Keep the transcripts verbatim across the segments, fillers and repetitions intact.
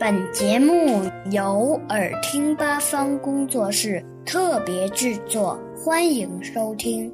本节目由耳听八方工作室特别制作，欢迎收听。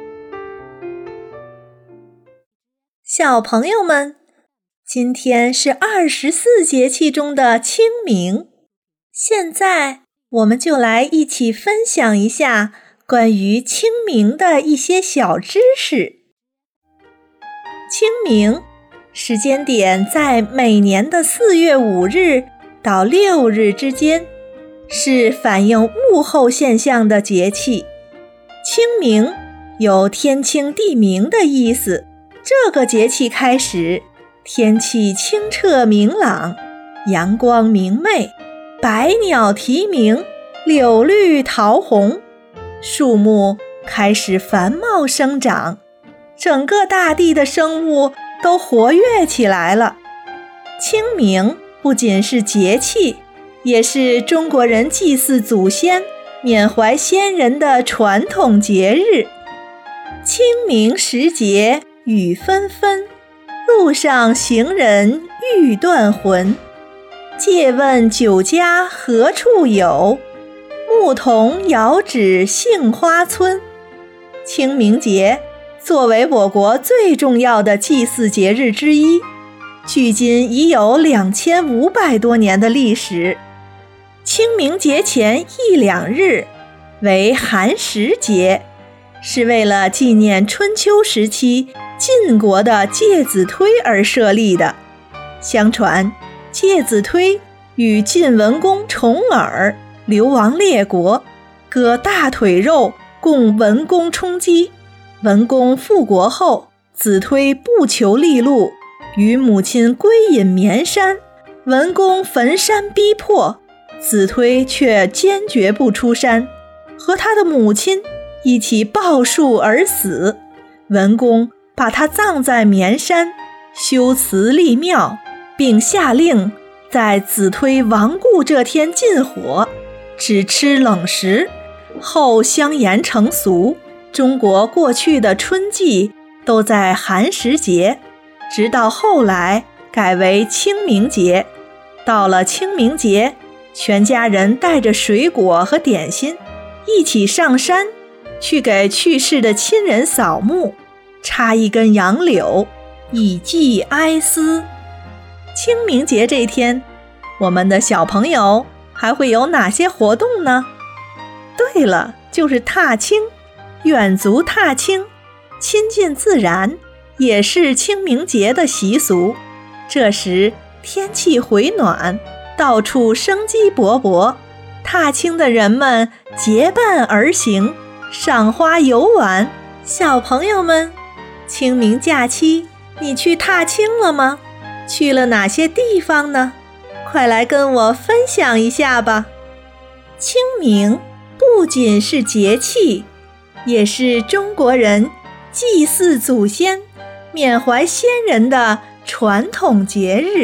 小朋友们，今天是二十四节气中的清明，现在我们就来一起分享一下关于清明的一些小知识。清明时间点在每年的四月五日到六日之间，是反映物候现象的节气。清明有天清地明的意思，这个节气开始，天气清澈明朗，阳光明媚，百鸟啼鸣，柳绿桃红，树木开始繁茂生长，整个大地的生物都活跃起来了。清明不仅是节气，也是中国人祭祀祖先、缅怀先人的传统节日。清明时节雨纷纷，路上行人欲断魂。借问酒家何处有？牧童遥指杏花村。清明节作为我国最重要的祭祀节日之一，距今已有两千五百多年的历史。清明节前一两日为寒食节，是为了纪念春秋时期晋国的介子推而设立的。相传介子推与晋文公重耳流亡列国，割大腿肉供文公充饥。文公复国后，子推不求利禄，与母亲归隐绵山。文公焚山逼迫，子推却坚决不出山，和他的母亲一起抱树而死。文公把他葬在绵山，修祠立庙，并下令在子推亡故这天禁火，只吃冷食，后相沿成俗。中国过去的春季都在寒食节，直到后来改为清明节。到了清明节，全家人带着水果和点心一起上山，去给去世的亲人扫墓，插一根杨柳，以寄哀思。清明节这天，我们的小朋友还会有哪些活动呢？对了，就是踏青。远足踏青，亲近自然，也是清明节的习俗。这时天气回暖，到处生机勃勃，踏青的人们结伴而行，赏花游玩。小朋友们，清明假期你去踏青了吗？去了哪些地方呢？快来跟我分享一下吧。清明不仅是节气，也是中国人祭祀祖先、缅怀先人的传统节日。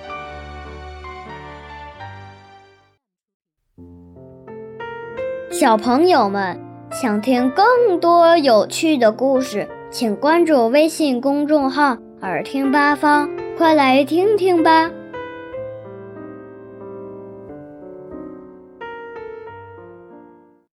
小朋友们，想听更多有趣的故事，请关注微信公众号“耳听八方”，快来听听吧。